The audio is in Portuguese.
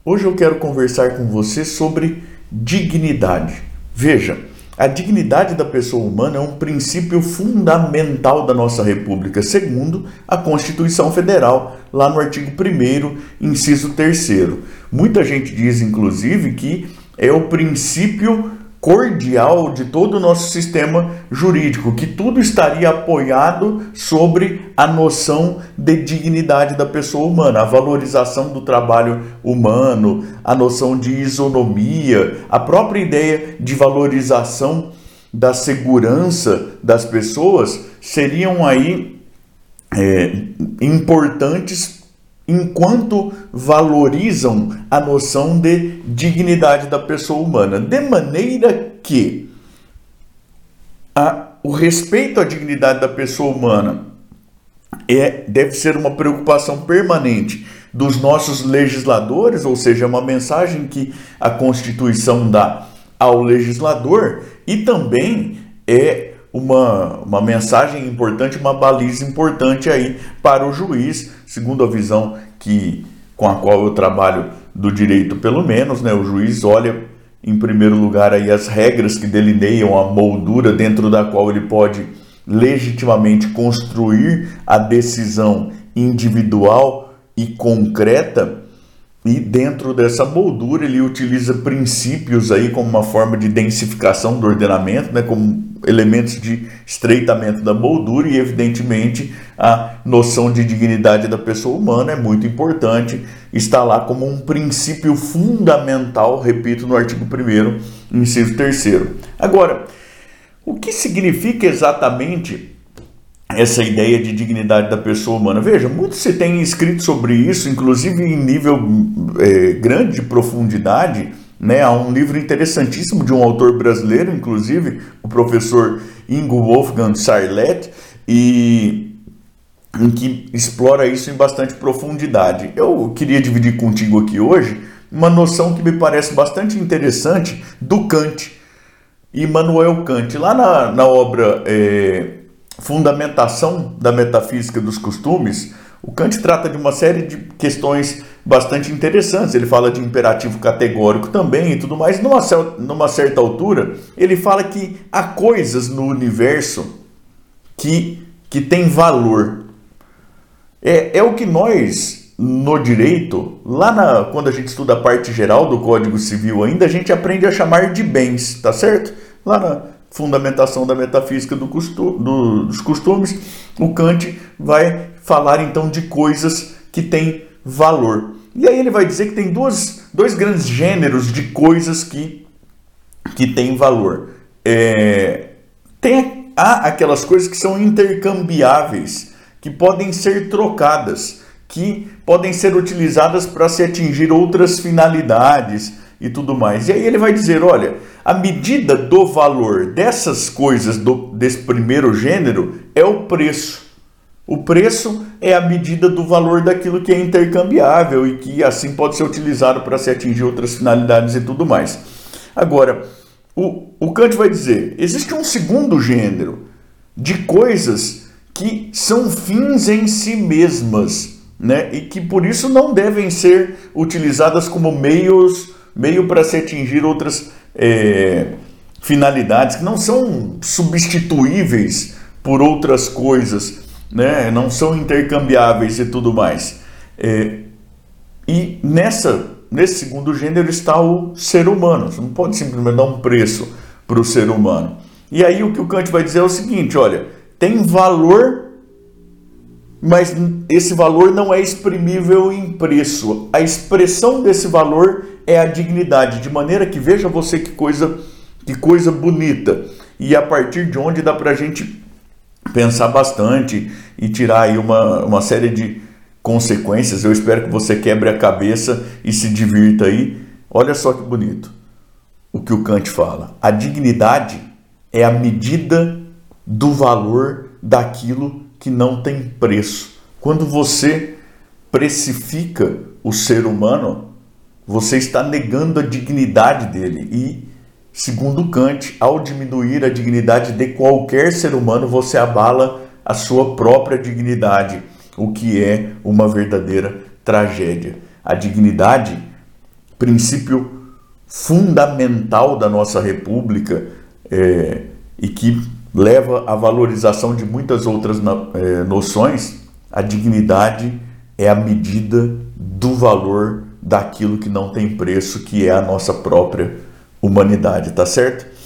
Hoje eu quero conversar com você sobre dignidade. Veja, a dignidade da pessoa humana é um princípio fundamental da nossa República, segundo a Constituição Federal, lá no artigo 1º, inciso 3º. Muita gente diz, inclusive, que é o princípio cordial de todo o nosso sistema jurídico, que tudo estaria apoiado sobre a noção de dignidade da pessoa humana, a valorização do trabalho humano, a noção de isonomia, a própria ideia de valorização da segurança das pessoas seriam aí importantes enquanto valorizam a noção de dignidade da pessoa humana, de maneira que o respeito à dignidade da pessoa humana deve ser uma preocupação permanente dos nossos legisladores, ou seja, uma mensagem que a Constituição dá ao legislador, e também é uma mensagem importante, uma baliza importante aí para o juiz, segundo a visão com a qual eu trabalho do direito, pelo menos, né? O juiz olha em primeiro lugar aí as regras que delineiam a moldura dentro da qual ele pode legitimamente construir a decisão individual e concreta, e dentro dessa moldura ele utiliza princípios aí como uma forma de densificação do ordenamento, né, como elementos de estreitamento da moldura, e evidentemente a noção de dignidade da pessoa humana é muito importante, está lá como um princípio fundamental, repito, no artigo 1º, inciso 3º. Agora, o que significa exatamente essa ideia de dignidade da pessoa humana? Veja, muito se tem escrito sobre isso, inclusive em nível grande de profundidade, né? Há um livro interessantíssimo de um autor brasileiro, inclusive, o professor Ingo Wolfgang Sarlet, em que explora isso em bastante profundidade. Eu queria dividir contigo aqui hoje uma noção que me parece bastante interessante do Kant, Immanuel Kant, lá na obra Fundamentação da Metafísica dos Costumes. O Kant trata de uma série de questões bastante interessantes. Ele fala de imperativo categórico também e tudo mais. Numa certa altura, ele fala que há coisas no universo que têm valor. É o que nós, no direito, quando a gente estuda a parte geral do Código Civil ainda, a gente aprende a chamar de bens, tá certo? Lá na Fundamentação da Metafísica dos Costumes, o Kant vai falar então de coisas que têm valor. E aí ele vai dizer que tem dois grandes gêneros de coisas que têm valor. Há aquelas coisas que são intercambiáveis, que podem ser trocadas, que podem ser utilizadas para se atingir outras finalidades e tudo mais. E aí ele vai dizer, olha, a medida do valor dessas coisas desse primeiro gênero é o preço. O preço é a medida do valor daquilo que é intercambiável e que assim pode ser utilizado para se atingir outras finalidades e tudo mais. Agora, o Kant vai dizer, existe um segundo gênero de coisas que são fins em si mesmas, né? E que por isso não devem ser utilizadas como meio para se atingir outras finalidades, que não são substituíveis por outras coisas, né? Não são intercambiáveis e tudo mais. E nesse segundo gênero está o ser humano. Você não pode simplesmente dar um preço para o ser humano. E aí o que o Kant vai dizer é o seguinte, olha, tem valor, mas esse valor não é exprimível em preço. A expressão desse valor é a dignidade, de maneira que, veja você que coisa bonita, e a partir de onde dá para a gente pensar bastante e tirar aí uma série de consequências. Eu espero que você quebre a cabeça e se divirta aí. Olha só que bonito o que o Kant fala. A dignidade é a medida do valor daquilo que não tem preço. Quando você precifica o ser humano, você está negando a dignidade dele. E, segundo Kant, ao diminuir a dignidade de qualquer ser humano, você abala a sua própria dignidade, o que é uma verdadeira tragédia. A dignidade princípio fundamental da nossa República, e que leva à valorização de muitas outras noções, a dignidade é a medida do valor daquilo que não tem preço, que é a nossa própria humanidade, tá certo?